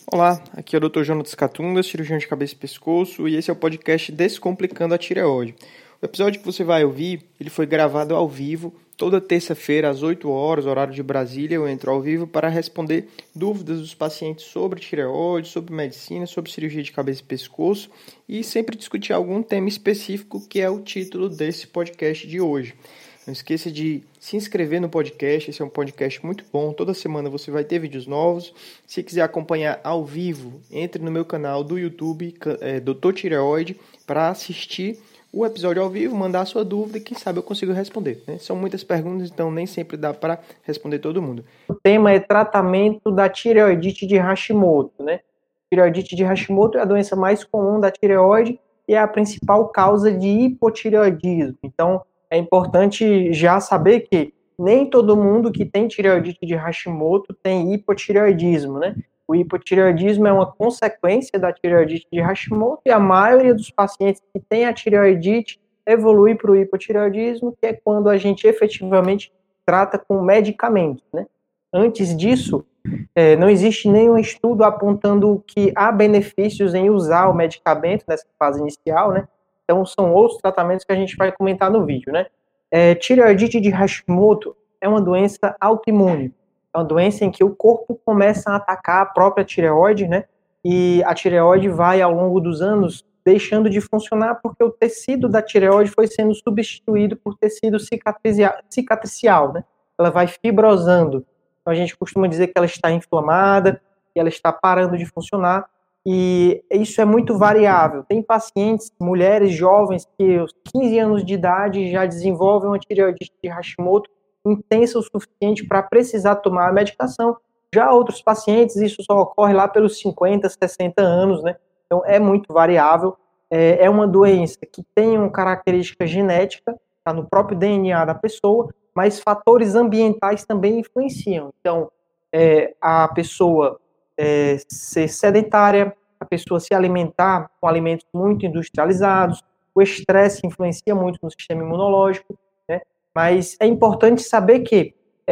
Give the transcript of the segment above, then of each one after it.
Olá, aqui é o Dr. Jonas Catunga, cirurgião de cabeça e pescoço, e esse é o podcast Descomplicando a Tireoide. O episódio que você vai ouvir, ele foi gravado ao vivo, toda terça-feira às 8 horas, horário de Brasília, eu entro ao vivo para responder dúvidas dos pacientes sobre tireoide, sobre medicina, sobre cirurgia de cabeça e pescoço, e sempre discutir algum tema específico que é o título desse podcast de hoje. Não esqueça de se inscrever no podcast, esse é um podcast muito bom, toda semana você vai ter vídeos novos. Se quiser acompanhar ao vivo, entre no meu canal do YouTube, Dr. Tireoide, para assistir o episódio ao vivo, mandar a sua dúvida e quem sabe eu consigo responder, né? São muitas perguntas, então nem sempre dá para responder todo mundo. O tema é tratamento da tireoidite de Hashimoto, né? Tireoidite de Hashimoto é a doença mais comum da tireoide e é a principal causa de hipotireoidismo. Então, é importante já saber que nem todo mundo que tem tireoidite de Hashimoto tem hipotireoidismo, né? O hipotireoidismo é uma consequência da tireoidite de Hashimoto e a maioria dos pacientes que tem a tireoidite evolui para o hipotireoidismo, que é quando a gente efetivamente trata com medicamentos, né? Antes disso, não existe nenhum estudo apontando que há benefícios em usar o medicamento nessa fase inicial, né? Então, são outros tratamentos que a gente vai comentar no vídeo, né? Tireoidite de Hashimoto é uma doença autoimune. É uma doença em que o corpo começa a atacar a própria tireoide, né? E a tireoide vai, ao longo dos anos, deixando de funcionar porque o tecido da tireoide foi sendo substituído por tecido cicatricial, né? Ela vai fibrosando. Então, a gente costuma dizer que ela está inflamada, que ela está parando de funcionar, e isso é muito variável. Tem pacientes, mulheres jovens, que aos 15 anos de idade já desenvolvem uma tireoidite de Hashimoto intensa o suficiente para precisar tomar a medicação. Já outros pacientes, isso só ocorre lá pelos 50, 60 anos, né? Então, é muito variável. É uma doença que tem uma característica genética, está no próprio DNA da pessoa, mas fatores ambientais também influenciam. Então, a pessoa ser sedentária, a pessoa se alimentar com alimentos muito industrializados, o estresse influencia muito no sistema imunológico, né? Mas é importante saber que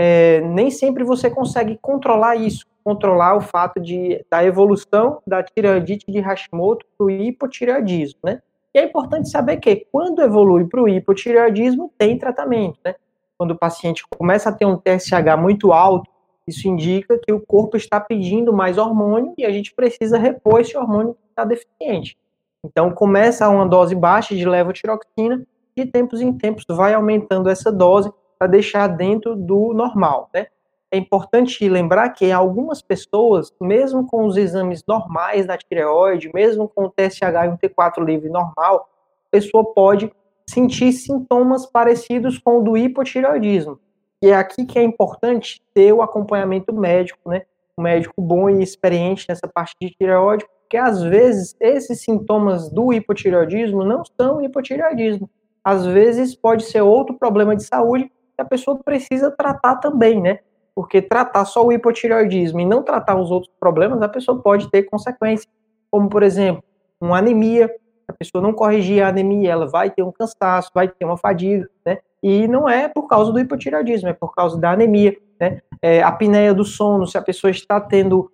nem sempre você consegue controlar isso, controlar o fato da evolução da tireoidite de Hashimoto para o hipotireoidismo, né? E é importante saber que quando evolui para o hipotireoidismo, tem tratamento, né? Quando o paciente começa a ter um TSH muito alto, isso indica que o corpo está pedindo mais hormônio e a gente precisa repor esse hormônio que está deficiente. Então, começa a uma dose baixa de levotiroxina e de tempos em tempos vai aumentando essa dose para deixar dentro do normal, né? É importante lembrar que algumas pessoas, mesmo com os exames normais da tireoide, mesmo com o TSH e um T4 livre normal, a pessoa pode sentir sintomas parecidos com o do hipotireoidismo. E é aqui que é importante ter o acompanhamento médico, né? Um médico bom e experiente nessa parte de tireoide, porque às vezes esses sintomas do hipotireoidismo não são hipotireoidismo. Às vezes pode ser outro problema de saúde que a pessoa precisa tratar também, né? Porque tratar só o hipotireoidismo e não tratar os outros problemas, a pessoa pode ter consequências, como, por exemplo, uma anemia. A pessoa não corrigir a anemia, ela vai ter um cansaço, vai ter uma fadiga, né? E não é por causa do hipotireoidismo, é por causa da anemia, né? A apneia do sono, se a pessoa está tendo,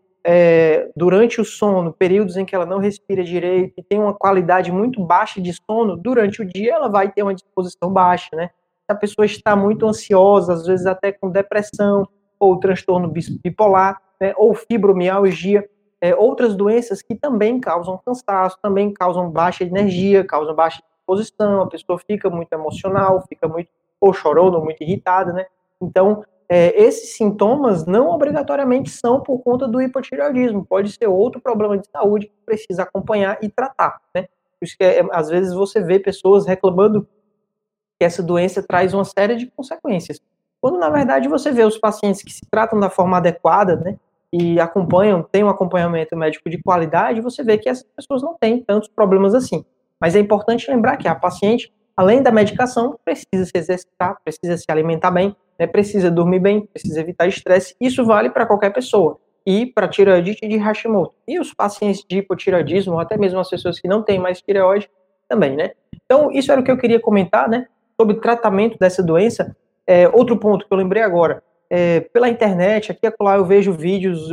durante o sono, períodos em que ela não respira direito e tem uma qualidade muito baixa de sono, durante o dia ela vai ter uma disposição baixa, né? Se a pessoa está muito ansiosa, às vezes até com depressão, ou transtorno bipolar, né? Ou fibromialgia, outras doenças que também causam cansaço, também causam baixa energia, causam baixa disposição, a pessoa fica muito emocional, fica muito ou chorona, ou muito irritada, né? Então, esses sintomas não obrigatoriamente são por conta do hipotireoidismo, pode ser outro problema de saúde que precisa acompanhar e tratar, né? Por isso que às vezes você vê pessoas reclamando que essa doença traz uma série de consequências. Quando, na verdade, você vê os pacientes que se tratam da forma adequada, né, e têm um acompanhamento médico de qualidade, você vê que essas pessoas não têm tantos problemas assim. Mas é importante lembrar que a paciente, além da medicação, precisa se exercitar, precisa se alimentar bem, né, precisa dormir bem, precisa evitar estresse. Isso vale para qualquer pessoa. E para tireoidite de Hashimoto. E os pacientes de hipotireoidismo, ou até mesmo as pessoas que não têm mais tireoide, também, né? Então, isso era o que eu queria comentar, né, sobre o tratamento dessa doença. Outro ponto que eu lembrei agora, pela internet, aqui e acolá eu vejo vídeos ou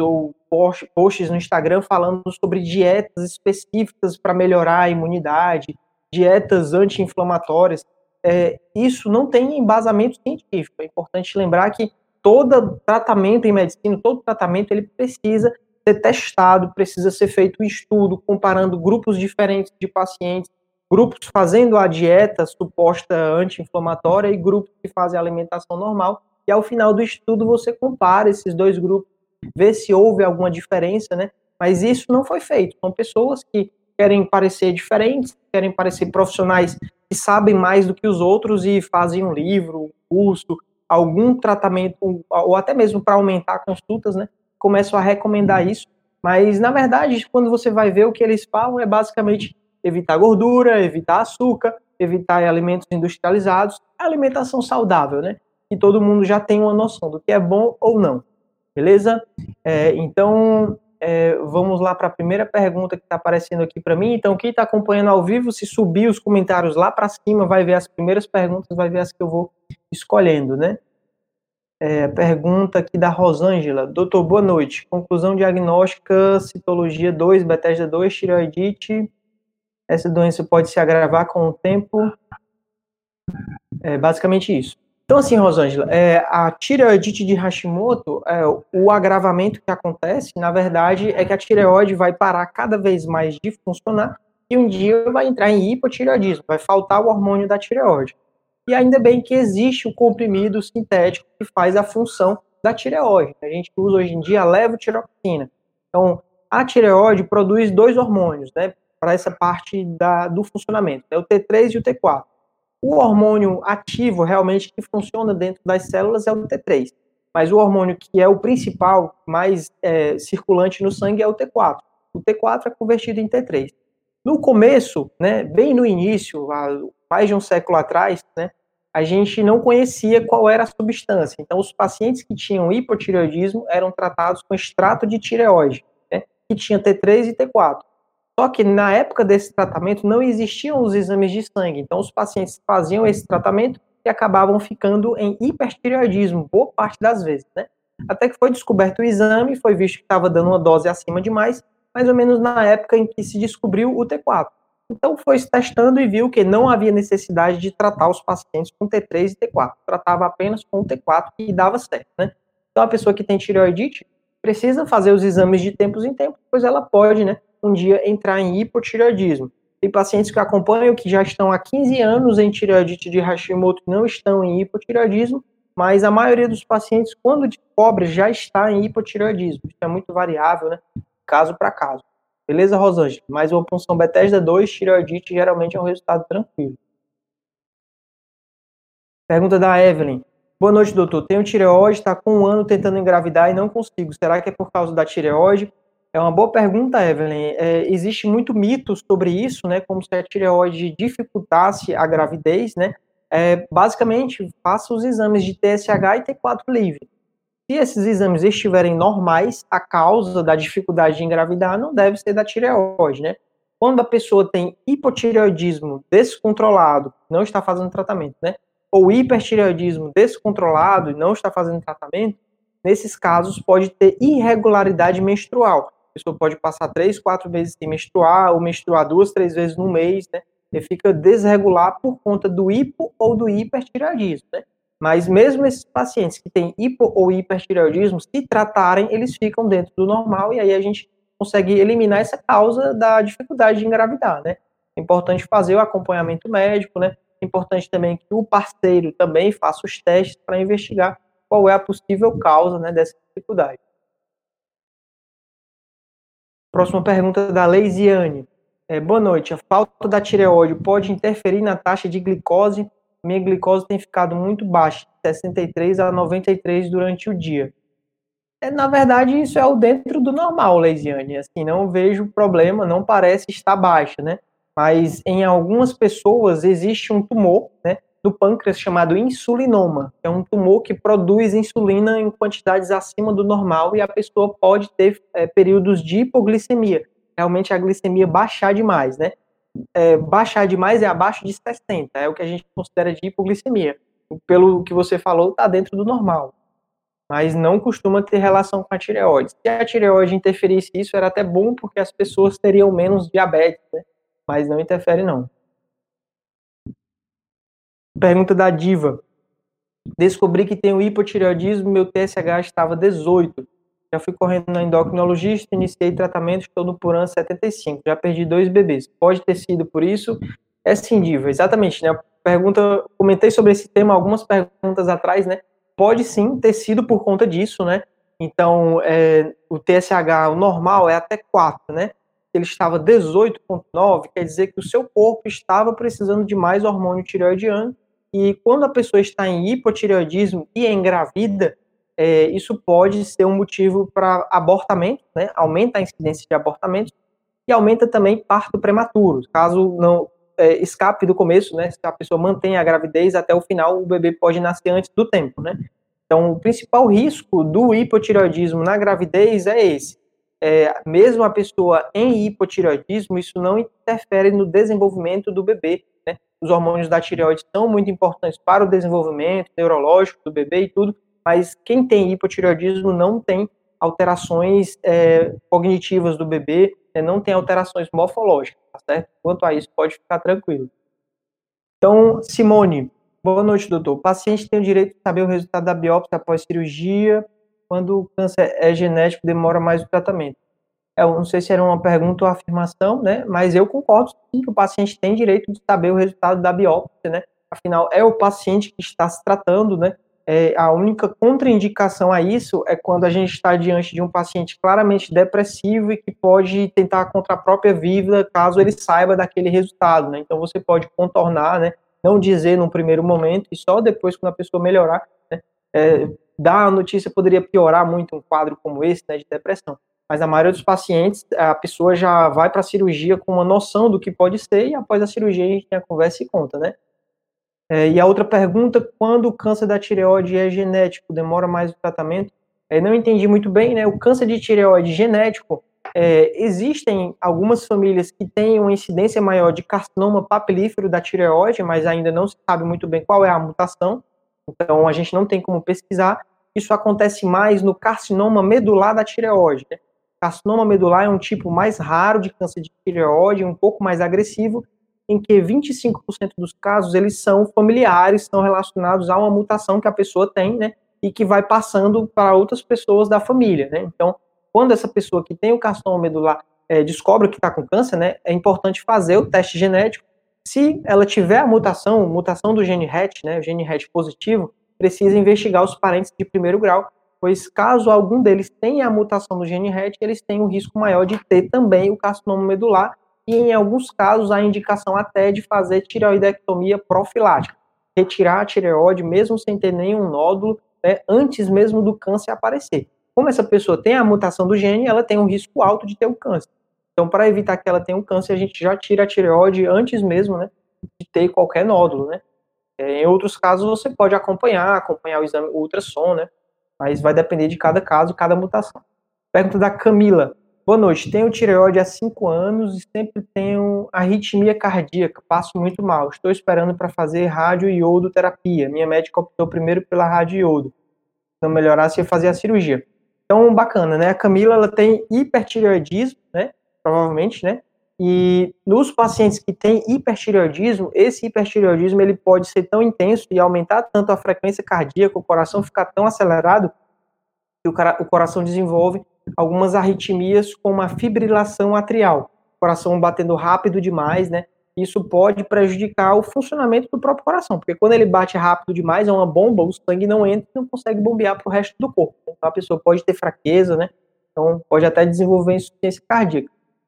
posts no Instagram falando sobre dietas específicas para melhorar a imunidade, dietas anti-inflamatórias. Isso não tem embasamento científico. É importante lembrar que todo tratamento em medicina, todo tratamento, ele precisa ser testado, precisa ser feito um estudo comparando grupos diferentes de pacientes, grupos fazendo a dieta suposta anti-inflamatória e grupos que fazem a alimentação normal, e ao final do estudo você compara esses dois grupos, vê se houve alguma diferença, né? Mas isso não foi feito. São pessoas que querem parecer diferentes, querem parecer profissionais que sabem mais do que os outros e fazem um livro, um curso, algum tratamento, ou até mesmo para aumentar consultas, né? Começam a recomendar isso. Mas, na verdade, quando você vai ver o que eles falam, é basicamente evitar gordura, evitar açúcar, evitar alimentos industrializados, alimentação saudável, né? E todo mundo já tem uma noção do que é bom ou não. Beleza? Então, vamos lá para a primeira pergunta que está aparecendo aqui para mim. Então, quem está acompanhando ao vivo, se subir os comentários lá para cima, vai ver as primeiras perguntas, vai ver as que eu vou escolhendo, né? Pergunta aqui da Rosângela. Doutor, boa noite. Conclusão diagnóstica, citologia 2, Bethesda 2, tireoidite. Essa doença pode se agravar com o tempo? Basicamente isso. Então, assim, Rosângela, a tireoidite de Hashimoto, o agravamento que acontece, na verdade, é que a tireoide vai parar cada vez mais de funcionar e um dia vai entrar em hipotireoidismo, vai faltar o hormônio da tireoide. E ainda bem que existe o comprimido sintético que faz a função da tireoide. A gente usa hoje em dia a levotiroxina. Então, a tireoide produz dois hormônios, né, para essa parte do funcionamento, o T3 e o T4. O hormônio ativo, realmente, que funciona dentro das células é o T3. Mas o hormônio que é o principal, mais circulante no sangue, é o T4. O T4 é convertido em T3. No começo, né, bem no início, há mais de um século atrás, né, a gente não conhecia qual era a substância. Então, os pacientes que tinham hipotireoidismo eram tratados com extrato de tireoide, né, que tinha T3 e T4. Só que na época desse tratamento não existiam os exames de sangue, então os pacientes faziam esse tratamento e acabavam ficando em hipertireoidismo, boa parte das vezes, né? Até que foi descoberto o exame, foi visto que estava dando uma dose acima demais, mais ou menos na época em que se descobriu o T4. Então foi se testando e viu que não havia necessidade de tratar os pacientes com T3 e T4, tratava apenas com o T4 e dava certo, né? Então a pessoa que tem tireoidite precisa fazer os exames de tempos em tempos, pois ela pode, né, um dia entrar em hipotireoidismo. Tem pacientes que acompanham que já estão há 15 anos em tireoidite de Hashimoto e não estão em hipotireoidismo, mas a maioria dos pacientes, quando descobre, já está em hipotireoidismo. Isso é muito variável, né? Caso para caso. Beleza, Rosângela? Mas uma punção Bethesda 2, tireoidite, geralmente é um resultado tranquilo. Pergunta da Evelyn. Boa noite, doutor. Tenho tireoide, está com 1 ano tentando engravidar e não consigo. Será que é por causa da tireoide? É uma boa pergunta, Evelyn. Existe muito mito sobre isso, né? Como se a tireoide dificultasse a gravidez, né? Basicamente, faça os exames de TSH e T4 livre. Se esses exames estiverem normais, a causa da dificuldade de engravidar não deve ser da tireoide, né? Quando a pessoa tem hipotireoidismo descontrolado, não está fazendo tratamento, né? Ou hipertireoidismo descontrolado e não está fazendo tratamento, nesses casos pode ter irregularidade menstrual. A pessoa pode passar 3, 4 vezes sem menstruar, ou menstruar 2, 3 vezes no mês, né? E fica desregular por conta do hipo ou do hipertireoidismo, né? Mas mesmo esses pacientes que têm hipo ou hipertireoidismo, se tratarem, eles ficam dentro do normal e aí a gente consegue eliminar essa causa da dificuldade de engravidar, né? É importante fazer o acompanhamento médico, né? É importante também que o parceiro também faça os testes para investigar qual é a possível causa, né, dessa dificuldade. Próxima pergunta da Leisiane. Boa noite. A falta da tireoide pode interferir na taxa de glicose? Minha glicose tem ficado muito baixa, 63 a 93 durante o dia. Na verdade, isso é o dentro do normal, Leisiane. Assim, não vejo problema, não parece estar baixa, né? Mas em algumas pessoas existe um tumor, né, do pâncreas chamado insulinoma. É um tumor que produz insulina em quantidades acima do normal e a pessoa pode ter períodos de hipoglicemia. Realmente a glicemia baixar demais, né? Baixar demais é abaixo de 60, é o que a gente considera de hipoglicemia. Pelo que você falou, está dentro do normal. mas não costuma ter relação com a tireoide. Se a tireoide interferisse isso, era até bom, porque as pessoas teriam menos diabetes, né? Mas não interfere, não. Pergunta da Diva. Descobri que tenho hipotireoidismo, meu TSH estava 18. Já fui correndo na endocrinologista, iniciei tratamento, estou no Puran 75. Já perdi 2 bebês. Pode ter sido por isso? É sim, Diva, exatamente, né? Comentei sobre esse tema algumas perguntas atrás, né? Pode sim ter sido por conta disso, né? Então, o TSH, o normal é até 4, né? Ele estava 18,9, quer dizer que o seu corpo estava precisando de mais hormônio tireoidiano, e quando a pessoa está em hipotireoidismo e é engravida, isso pode ser um motivo para abortamento, né? Aumenta a incidência de abortamento e aumenta também parto prematuro. Caso não escape do começo, né? Se a pessoa mantém a gravidez até o final, o bebê pode nascer antes do tempo, né? Então, o principal risco do hipotireoidismo na gravidez é esse. Mesmo a pessoa em hipotireoidismo, isso não interfere no desenvolvimento do bebê, né? Os hormônios da tireoide são muito importantes para o desenvolvimento neurológico do bebê e tudo, mas quem tem hipotireoidismo não tem alterações cognitivas do bebê, não tem alterações morfológicas, tá certo? Quanto a isso, pode ficar tranquilo. Então, Simone, boa noite, doutor. O paciente tem o direito de saber o resultado da biópsia após cirurgia, quando o câncer é genético, demora mais o tratamento. Eu não sei se era uma pergunta ou afirmação, né? Mas eu concordo sim que o paciente tem direito de saber o resultado da biópsia, né? Afinal, é o paciente que está se tratando, né? A única contraindicação a isso é quando a gente está diante de um paciente claramente depressivo e que pode tentar contra a própria vida caso ele saiba daquele resultado, né? Então você pode contornar, né? Não dizer no primeiro momento e só depois, quando a pessoa melhorar, né? Dar a notícia poderia piorar muito um quadro como esse, né? De depressão. Mas a maioria dos pacientes, a pessoa já vai para a cirurgia com uma noção do que pode ser e após a cirurgia a gente tem a conversa e conta, né? E a outra pergunta, quando o câncer da tireoide é genético, demora mais o tratamento? Não entendi muito bem, né? O câncer de tireoide genético, existem algumas famílias que têm uma incidência maior de carcinoma papilífero da tireoide, mas ainda não se sabe muito bem qual é a mutação, então a gente não tem como pesquisar. Isso acontece mais no carcinoma medular da tireoide, né? Carcinoma medular é um tipo mais raro de câncer de tireoide, um pouco mais agressivo, em que 25% dos casos eles são familiares, são relacionados a uma mutação que a pessoa tem, né, e que vai passando para outras pessoas da família, né. Então, quando essa pessoa que tem o carcinoma medular descobre que está com câncer, né, é importante fazer o teste genético. Se ela tiver a mutação do gene RET, né, o gene RET positivo, precisa investigar os parentes de primeiro grau, pois caso algum deles tenha a mutação do gene RET, eles têm um risco maior de ter também o carcinoma medular, e em alguns casos a indicação até de fazer tireoidectomia profilática, retirar a tireoide mesmo sem ter nenhum nódulo, né, antes mesmo do câncer aparecer. Como essa pessoa tem a mutação do gene, ela tem um risco alto de ter o câncer. Então, para evitar que ela tenha um câncer, a gente já tira a tireoide antes mesmo, né, de ter qualquer nódulo, né. Em outros casos, você pode acompanhar o exame, o ultrassom, né, mas vai depender de cada caso, cada mutação. Pergunta da Camila. Boa noite. Tenho tireoide há 5 anos e sempre tenho arritmia cardíaca. Passo muito mal. Estou esperando para fazer radioiodoterapia. Minha médica optou primeiro pela radioiodo. Se não melhorasse, ia fazer a cirurgia. Então, bacana, né? A Camila, ela tem hipertireoidismo, né? Provavelmente, né? E nos pacientes que têm hipertireoidismo, esse hipertireoidismo ele pode ser tão intenso e aumentar tanto a frequência cardíaca, o coração ficar tão acelerado que o coração desenvolve algumas arritmias com uma fibrilação atrial, o coração batendo rápido demais, né? Isso pode prejudicar o funcionamento do próprio coração, porque quando ele bate rápido demais, é uma bomba, o sangue não entra e não consegue bombear para o resto do corpo. Então a pessoa pode ter fraqueza, né? Então pode até desenvolver insuficiência cardíaca.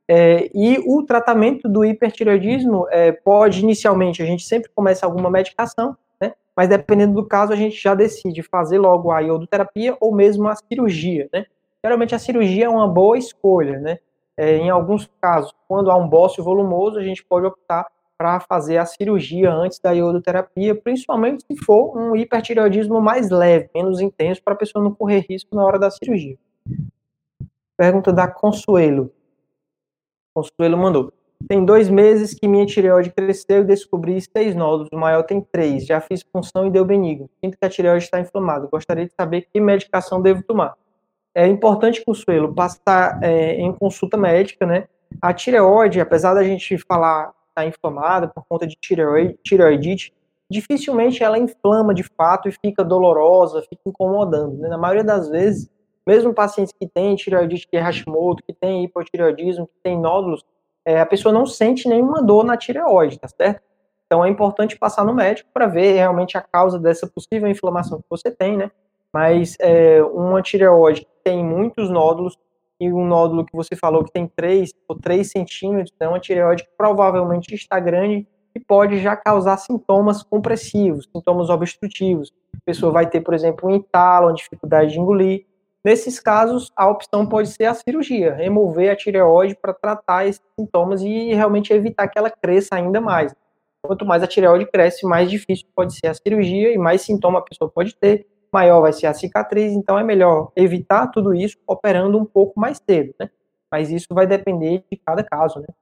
E o tratamento do hipertireoidismo pode, inicialmente, a gente sempre começa alguma medicação, né? Mas dependendo do caso, a gente já decide fazer logo a iodoterapia ou mesmo a cirurgia, né? Geralmente a cirurgia é uma boa escolha, né? Em alguns casos, quando há um bócio volumoso, a gente pode optar para fazer a cirurgia antes da iodoterapia, principalmente se for um hipertireoidismo mais leve, menos intenso, para a pessoa não correr risco na hora da cirurgia. Pergunta da Consuelo. Consuelo mandou. Tem 2 meses que minha tireoide cresceu e descobri 6 nódulos, o maior tem 3. Já fiz punção e deu benigno. Sinto que a tireoide está inflamada. Gostaria de saber que medicação devo tomar. É importante, Consuelo, passar em consulta médica, né? A tireoide, apesar da gente falar que está inflamada por conta de tireoidite, dificilmente ela inflama de fato e fica dolorosa, fica incomodando, né? Na maioria das vezes, mesmo pacientes que têm tireoidite de Hashimoto, que têm hipotireoidismo, que têm nódulos, a pessoa não sente nenhuma dor na tireoide, tá certo? Então é importante passar no médico para ver realmente a causa dessa possível inflamação que você tem, né? Mas uma tireoide que tem muitos nódulos e um nódulo que você falou que tem 3 ou 3 centímetros, é uma tireoide que provavelmente está grande e pode já causar sintomas compressivos, sintomas obstrutivos. A pessoa vai ter, por exemplo, um entalo, uma dificuldade de engolir. Nesses casos, a opção pode ser a cirurgia, remover a tireoide para tratar esses sintomas e realmente evitar que ela cresça ainda mais. Quanto mais a tireoide cresce, mais difícil pode ser a cirurgia e mais sintoma a pessoa pode ter, maior vai ser a cicatriz, então é melhor evitar tudo isso operando um pouco mais cedo, né? Mas isso vai depender de cada caso, né?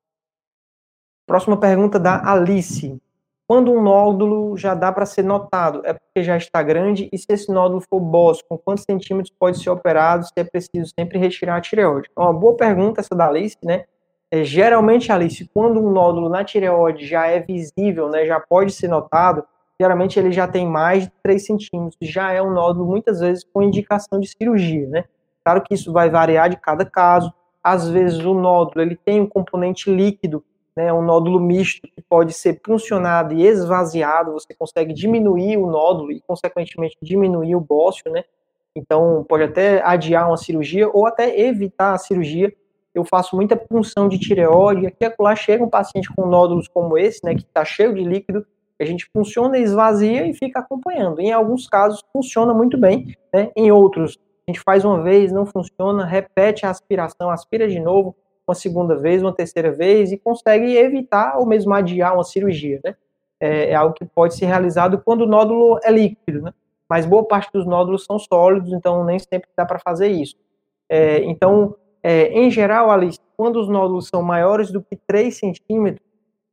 Próxima pergunta da Alice. Quando um nódulo já dá para ser notado, é porque já está grande? E se esse nódulo for bócio, com quantos centímetros pode ser operado? Se é preciso sempre retirar a tireoide? É uma boa pergunta essa da Alice, né? Geralmente, Alice, quando um nódulo na tireoide já é visível, né, já pode ser notado, geralmente ele já tem mais de 3 centímetros, já é um nódulo muitas vezes com indicação de cirurgia, né? Claro que isso vai variar de cada caso. Às vezes o nódulo ele tem um componente líquido, né, um nódulo misto que pode ser puncionado e esvaziado, você consegue diminuir o nódulo e, consequentemente, diminuir o bócio, né? Então, pode até adiar uma cirurgia ou até evitar a cirurgia. Eu faço muita punção de tireoide, e aqui e acolá chega um paciente com nódulos como esse, né, que está cheio de líquido, a gente funciona, esvazia e fica acompanhando. Em alguns casos, funciona muito bem, né? Em outros, a gente faz uma vez, não funciona, repete a aspiração, aspira de novo, uma segunda vez, uma terceira vez, e consegue evitar ou mesmo adiar uma cirurgia, né? É algo que pode ser realizado quando o nódulo é líquido, né? Mas boa parte dos nódulos são sólidos, então nem sempre dá para fazer isso. Então, em geral, Alice, quando os nódulos são maiores do que 3 centímetros,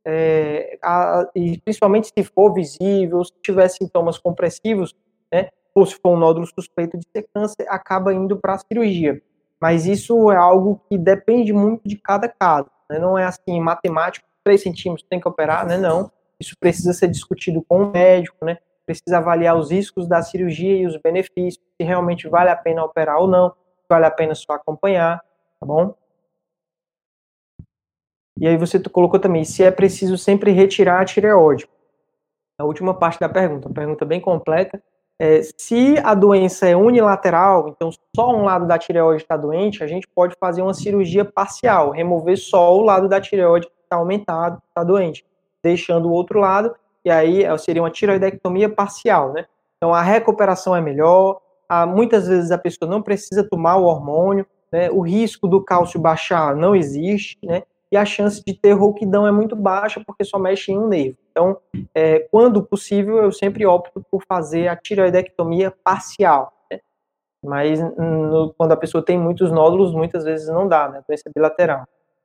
e principalmente se for visível, se tiver sintomas compressivos, né, ou se for um nódulo suspeito de ser câncer, acaba indo para a cirurgia. Mas isso é algo que depende muito de cada caso, né? Não é assim, matemático, 3 centímetros tem que operar, né? Não. Isso precisa ser discutido com o médico, né? Precisa avaliar os riscos da cirurgia e os benefícios, se realmente vale a pena operar ou não, vale a pena só acompanhar, tá bom? E aí você colocou também, se é preciso sempre retirar a tireoide. A última parte da pergunta, uma pergunta bem completa. Se a doença é unilateral, então só um lado da tireoide está doente, a gente pode fazer uma cirurgia parcial, remover só o lado da tireoide que está aumentado, que está doente, deixando o outro lado, e aí seria uma tireoidectomia parcial, né? Então a recuperação é melhor, muitas vezes a pessoa não precisa tomar o hormônio, né? O risco do cálcio baixar não existe, né? E a chance de ter rouquidão é muito baixa porque só mexe em um nervo. Então, quando possível, eu sempre opto por fazer a tireoidectomia parcial, né? Mas quando a pessoa tem muitos nódulos, muitas vezes não dá, né? Doença bilateral.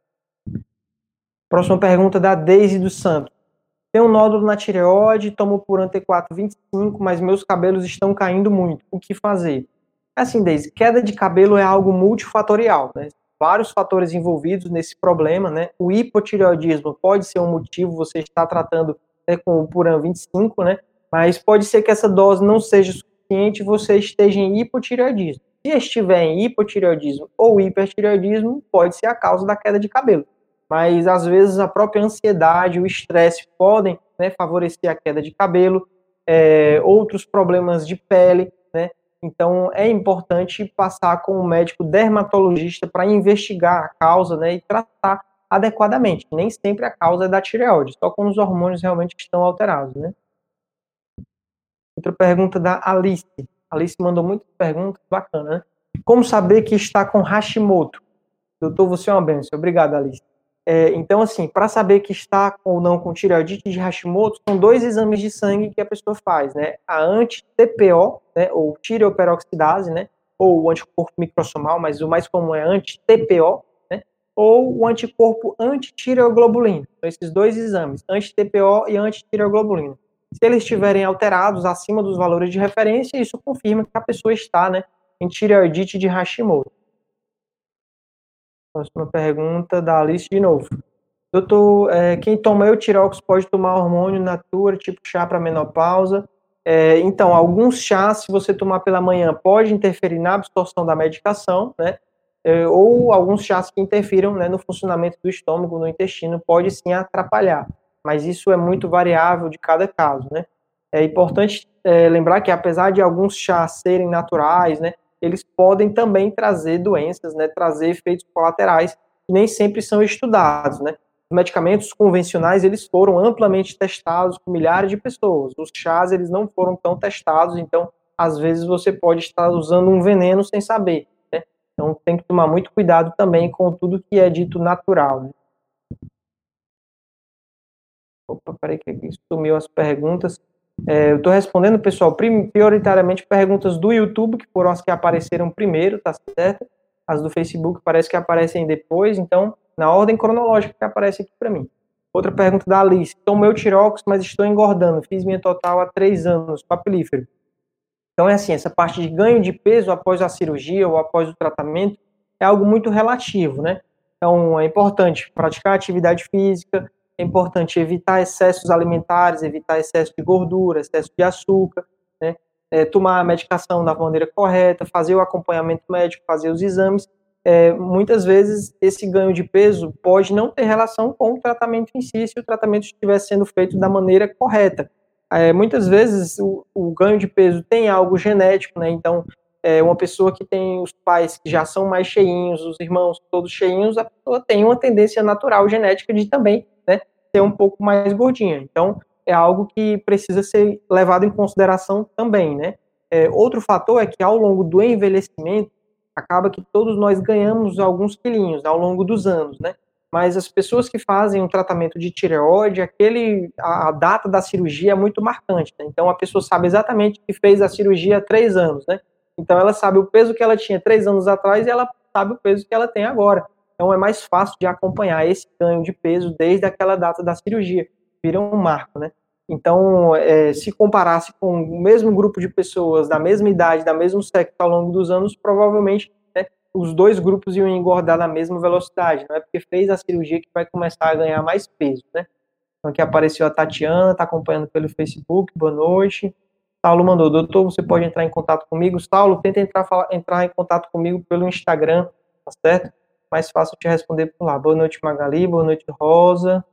Próxima pergunta da Deise dos Santos. Tem um nódulo na tireoide, tomo por T4 25, mas meus cabelos estão caindo muito. O que fazer? Assim, Deise, queda de cabelo é algo multifatorial, né? Vários fatores envolvidos nesse problema, né? O hipotireoidismo pode ser um motivo, você está tratando, né, com o Puran 25, né? Mas pode ser que essa dose não seja suficiente e você esteja em hipotireoidismo. Se estiver em hipotireoidismo ou hipertireoidismo, pode ser a causa da queda de cabelo. Mas às vezes a própria ansiedade, o estresse podem, né, favorecer a queda de cabelo, outros problemas de pele, né? Então, é importante passar com o médico dermatologista para investigar a causa, né, e tratar adequadamente. Nem sempre a causa é da tireoide, só quando os hormônios realmente estão alterados, né? Outra pergunta da Alice. Alice mandou muitas perguntas, bacana, né? Como saber que está com Hashimoto? Doutor, você é uma bênção. Obrigado, Alice. Então, assim, para saber que está ou não com tireoidite de Hashimoto, são 2 exames de sangue que a pessoa faz, né? A anti-TPO, né, ou tireoperoxidase, né, ou o anticorpo microsomal, mas o mais comum é anti-TPO, né? ou o anticorpo antitireoglobulina. Então, esses dois exames, anti-TPO e antitireoglobulina. Se eles estiverem alterados acima dos valores de referência, isso confirma que a pessoa está, né, em tireoidite de Hashimoto. Próxima pergunta da Alice de novo. Doutor, quem toma eutirox pode tomar hormônio natura, tipo chá para menopausa? Então, alguns chás, se você tomar pela manhã, pode interferir na absorção da medicação, né? Ou alguns chás que interfiram, né, no funcionamento do estômago, no intestino, pode sim atrapalhar. Mas isso é muito variável de cada caso, né? É importante lembrar que, apesar de alguns chás serem naturais, né, eles podem também trazer doenças, né, trazer efeitos colaterais que nem sempre são estudados, né? Os medicamentos convencionais, eles foram amplamente testados com milhares de pessoas. Os chás, eles não foram tão testados, então, às vezes, você pode estar usando um veneno sem saber, né? Então, tem que tomar muito cuidado também com tudo que é dito natural, né? Opa, peraí que aqui sumiu as perguntas. Eu estou respondendo, pessoal, prioritariamente perguntas do YouTube, que foram as que apareceram primeiro, tá certo? As do Facebook parece que aparecem depois, então, na ordem cronológica que aparece aqui para mim. Outra pergunta da Alice. Tomei o Tirox, mas estou engordando. Fiz minha total há 3 anos, papilífero. Então, é assim, essa parte de ganho de peso após a cirurgia ou após o tratamento é algo muito relativo, né? Então, é importante praticar atividade física, é importante evitar excessos alimentares, evitar excesso de gordura, excesso de açúcar, né? Tomar a medicação da maneira correta, fazer o acompanhamento médico, fazer os exames. Muitas vezes, esse ganho de peso pode não ter relação com o tratamento em si, se o tratamento estiver sendo feito da maneira correta. Muitas vezes o ganho de peso tem algo genético, né? Então, uma pessoa que tem os pais que já são mais cheinhos, os irmãos todos cheinhos, a pessoa tem uma tendência natural genética de também, né, ser um pouco mais gordinha. Então, é algo que precisa ser levado em consideração também, né? Outro fator é que ao longo do envelhecimento, acaba que todos nós ganhamos alguns quilinhos ao longo dos anos, né? Mas as pessoas que fazem um tratamento de tireoide, a data da cirurgia é muito marcante, né? Então a pessoa sabe exatamente que fez a cirurgia há 3 anos, né? Então ela sabe o peso que ela tinha 3 anos atrás e ela sabe o peso que ela tem agora. Então é mais fácil de acompanhar esse ganho de peso desde aquela data da cirurgia. Vira um marco, né? Então, se comparasse com o mesmo grupo de pessoas da mesma idade, da mesmo sexo ao longo dos anos, provavelmente, né, os dois grupos iam engordar na mesma velocidade. Não é porque fez a cirurgia que vai começar a ganhar mais peso, né? Então, aqui apareceu a Tatiana, está acompanhando pelo Facebook, boa noite. Saulo mandou, doutor, você pode entrar em contato comigo? Saulo, tenta entrar em contato comigo pelo Instagram, tá certo? Mais fácil te responder por lá. Boa noite, Magali, boa noite, Rosa.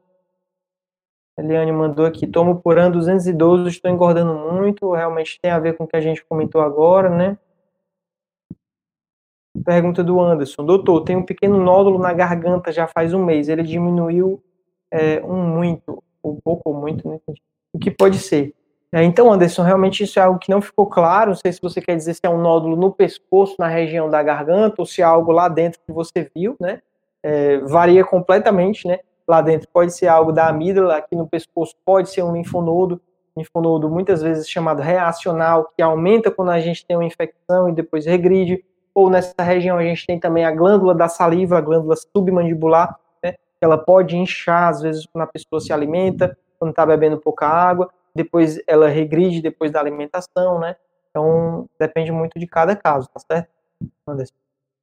Eliane mandou aqui, tomo por ano 212, estou engordando muito, realmente tem a ver com o que a gente comentou agora, né? Pergunta do Anderson, doutor, tem um pequeno nódulo na garganta já faz um mês, ele diminuiu muito, um pouco ou muito, né? O que pode ser? Então, Anderson, realmente isso é algo que não ficou claro, não sei se você quer dizer se é um nódulo no pescoço, na região da garganta, ou se é algo lá dentro que você viu, né? Varia completamente, né? Lá dentro pode ser algo da amígdala, aqui no pescoço pode ser um linfonodo muitas vezes chamado reacional, que aumenta quando a gente tem uma infecção e depois regride, ou nessa região a gente tem também a glândula da saliva, a glândula submandibular, né? Ela pode inchar, às vezes, quando a pessoa se alimenta, quando está bebendo pouca água, depois ela regride depois da alimentação, né? Então, depende muito de cada caso, tá certo? Anderson.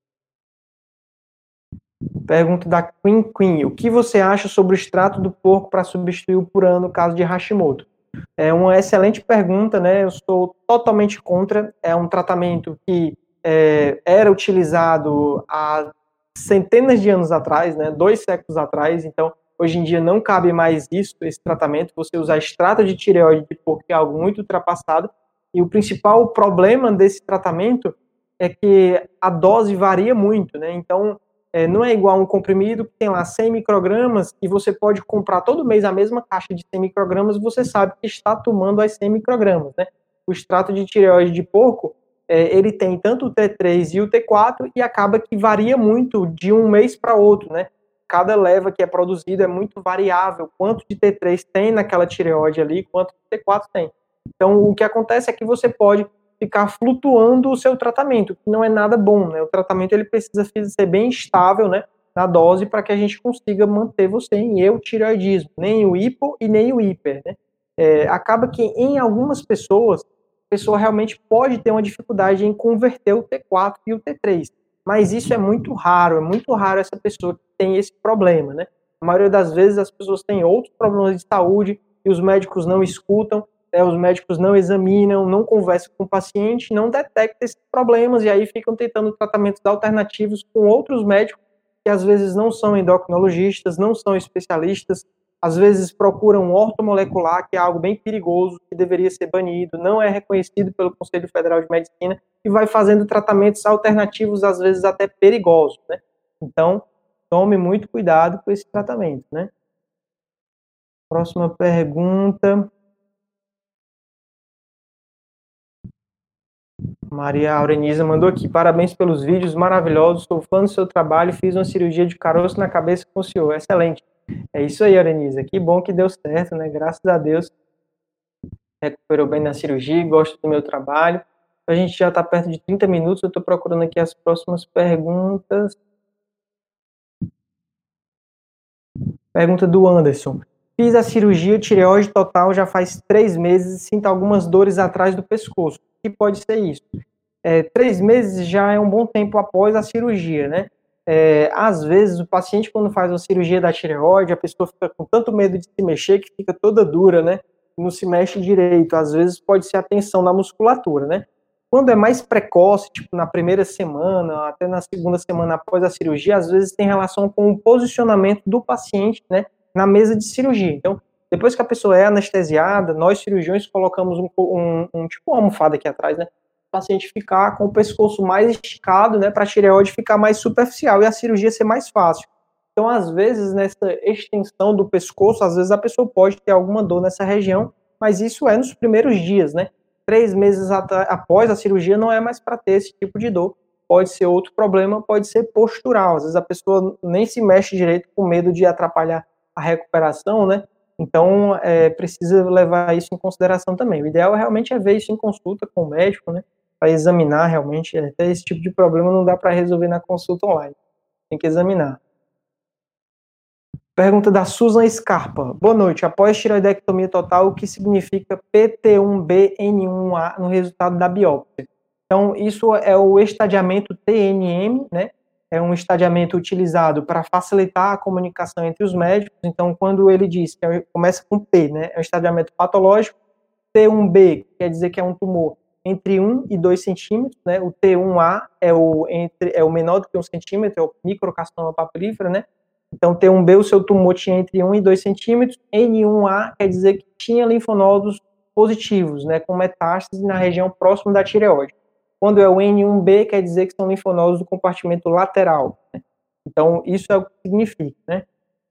Pergunta da Queen. O que você acha sobre o extrato do porco para substituir o purã no caso de Hashimoto? É uma excelente pergunta, né? Eu sou totalmente contra. É um tratamento que era utilizado há centenas de anos atrás, né? 2 séculos atrás. Então, hoje em dia não cabe mais esse tratamento. Você usar extrato de tireoide de porco é algo muito ultrapassado. E o principal problema desse tratamento é que a dose varia muito, né? Então, não é igual um comprimido que tem lá 100 microgramas e você pode comprar todo mês a mesma caixa de 100 microgramas e você sabe que está tomando as 100 microgramas, né? O extrato de tireoide de porco, ele tem tanto o T3 e o T4 e acaba que varia muito de um mês para outro, né? Cada leva que é produzido é muito variável, quanto de T3 tem naquela tireoide ali, quanto de T4 tem. Então, o que acontece é que você pode ficar flutuando o seu tratamento, que não é nada bom, né? O tratamento ele precisa ser bem estável, né? na dose para que a gente consiga manter você em eutireoidismo, nem o hipo e nem o hiper, né? Acaba que em algumas pessoas, a pessoa realmente pode ter uma dificuldade em converter o T4 e o T3, mas isso é muito raro essa pessoa que tem esse problema, né? A maioria das vezes as pessoas têm outros problemas de saúde e os médicos não escutam, os médicos não examinam, não conversam com o paciente, não detectam esses problemas e aí ficam tentando tratamentos alternativos com outros médicos que às vezes não são endocrinologistas, não são especialistas, às vezes procuram um ortomolecular, que é algo bem perigoso, que deveria ser banido, não é reconhecido pelo Conselho Federal de Medicina, e vai fazendo tratamentos alternativos, às vezes até perigosos, né? Então, tome muito cuidado com esse tratamento, né? Próxima pergunta. Maria Aureniza mandou aqui, parabéns pelos vídeos maravilhosos, sou fã do seu trabalho, fiz uma cirurgia de caroço na cabeça com o senhor, excelente. É isso aí, Aureniza, que bom que deu certo, né, graças a Deus, recuperou bem na cirurgia, gosto do meu trabalho. A gente já está perto de 30 minutos, eu estou procurando aqui as próximas perguntas. Pergunta do Anderson. Fiz a cirurgia tireoide total já faz 3 meses e sinto algumas dores atrás do pescoço. O que pode ser isso? 3 meses já é um bom tempo após a cirurgia, né? Às vezes, o paciente, quando faz uma cirurgia da tireoide, a pessoa fica com tanto medo de se mexer que fica toda dura, né? Não se mexe direito. Às vezes, pode ser a tensão na musculatura, né? Quando é mais precoce, tipo na primeira semana, até na segunda semana após a cirurgia, às vezes tem relação com o posicionamento do paciente, né, na mesa de cirurgia. Então, depois que a pessoa é anestesiada, nós cirurgiões colocamos tipo uma almofada aqui atrás, né, o paciente ficar com o pescoço mais esticado, né, para a tireoide ficar mais superficial e a cirurgia ser mais fácil. Então, às vezes, nessa extensão do pescoço, às vezes a pessoa pode ter alguma dor nessa região, mas isso é nos primeiros dias, né? 3 meses após a cirurgia não é mais para ter esse tipo de dor. Pode ser outro problema, pode ser postural. Às vezes a pessoa nem se mexe direito com medo de atrapalhar a recuperação, né? Então, precisa levar isso em consideração também. O ideal realmente é ver isso em consulta com o médico, né? Para examinar realmente. Até esse tipo de problema não dá para resolver na consulta online. Tem que examinar. Pergunta da Susan Scarpa. Boa noite. Após tireoidectomia total, o que significa PT1B-N1A no resultado da biópsia? Então, isso é o estadiamento TNM, né? É um estadiamento utilizado para facilitar a comunicação entre os médicos. Então, quando ele diz que começa com P, né? É um estadiamento patológico. T1B quer dizer que é um tumor entre 1 e 2 centímetros, né? O T1A é o menor do que 1 centímetro, é o microcarcinoma papilífero, né? Então, T1B, o seu tumor tinha entre 1 e 2 centímetros. N1A quer dizer que tinha linfonodos positivos, né, com metástase na região próxima da tireoide. Quando é o N1B, quer dizer que são linfonodos do compartimento lateral. Né? Então, isso é o que significa, né?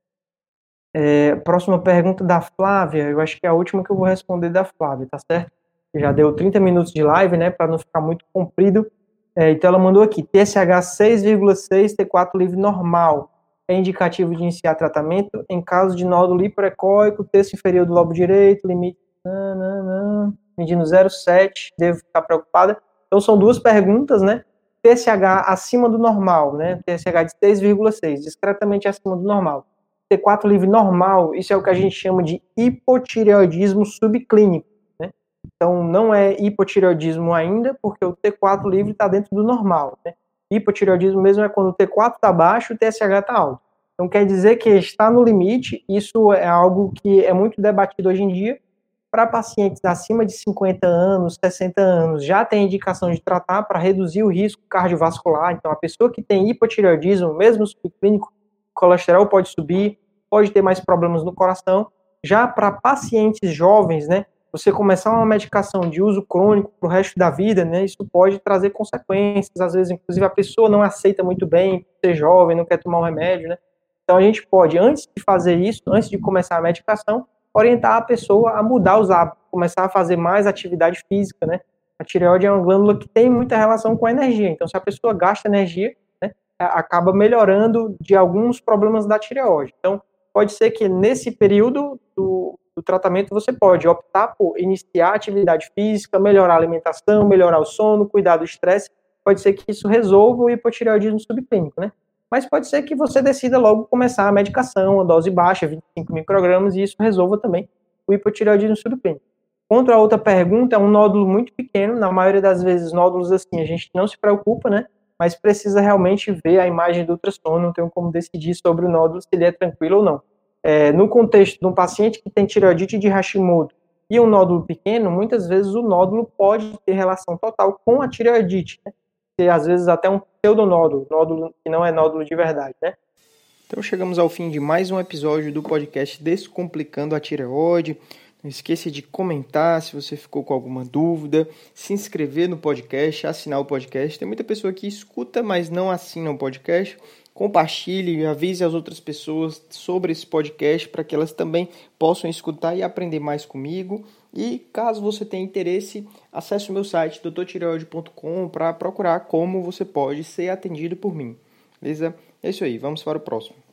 Próxima pergunta da Flávia, eu acho que é a última que eu vou responder da Flávia, tá certo? Já deu 30 minutos de live, né, para não ficar muito comprido. Então, ela mandou aqui, TSH 6,6, T4 livre normal. É indicativo de iniciar tratamento em caso de nódulo hiperecóico, terço inferior do lobo direito, limite medindo 0,7, devo ficar preocupada? Então, são duas perguntas, né? TSH acima do normal, né? TSH de 6,6, discretamente acima do normal. T4 livre normal, isso é o que a gente chama de hipotireoidismo subclínico, né? Então, não é hipotireoidismo ainda, porque o T4 livre está dentro do normal, né? Hipotireoidismo mesmo é quando o T4 está baixo e o TSH está alto. Então, quer dizer que está no limite, isso é algo que é muito debatido hoje em dia. Para pacientes acima de 50 anos, 60 anos, já tem indicação de tratar para reduzir o risco cardiovascular. Então, a pessoa que tem hipotireoidismo, mesmo subclínico, o colesterol pode subir, pode ter mais problemas no coração. Já para pacientes jovens, né, você começar uma medicação de uso crônico para o resto da vida, né, isso pode trazer consequências. Às vezes, inclusive, a pessoa não aceita muito bem ser jovem, não quer tomar um remédio, né? Então, a gente pode, antes de fazer isso, antes de começar a medicação, orientar a pessoa a mudar os hábitos, começar a fazer mais atividade física, né? A tireoide é uma glândula que tem muita relação com a energia. Então, se a pessoa gasta energia, né, acaba melhorando de alguns problemas da tireoide. Então, pode ser que nesse período do tratamento você pode optar por iniciar atividade física, melhorar a alimentação, melhorar o sono, cuidar do estresse. Pode ser que isso resolva o hipotireoidismo subclínico, né? Mas pode ser que você decida logo começar a medicação, a dose baixa, 25 microgramas, e isso resolva também o hipotireoidismo subclínico. Quanto a outra pergunta, é um nódulo muito pequeno, na maioria das vezes nódulos assim a gente não se preocupa, né? Mas precisa realmente ver a imagem do ultrassom, não tenho como decidir sobre o nódulo se ele é tranquilo ou não. No contexto de um paciente que tem tireoidite de Hashimoto e um nódulo pequeno, muitas vezes o nódulo pode ter relação total com a tireoidite, né? E às vezes até um pseudonódulo, nódulo que não é nódulo de verdade, né? Então chegamos ao fim de mais um episódio do podcast Descomplicando a Tireoide. Não esqueça de comentar se você ficou com alguma dúvida, se inscrever no podcast, assinar o podcast. Tem muita pessoa que escuta, mas não assina o podcast. Compartilhe, avise as outras pessoas sobre esse podcast para que elas também possam escutar e aprender mais comigo. E caso você tenha interesse, acesse o meu site doutortireoide.com para procurar como você pode ser atendido por mim. Beleza? É isso aí, vamos para o próximo.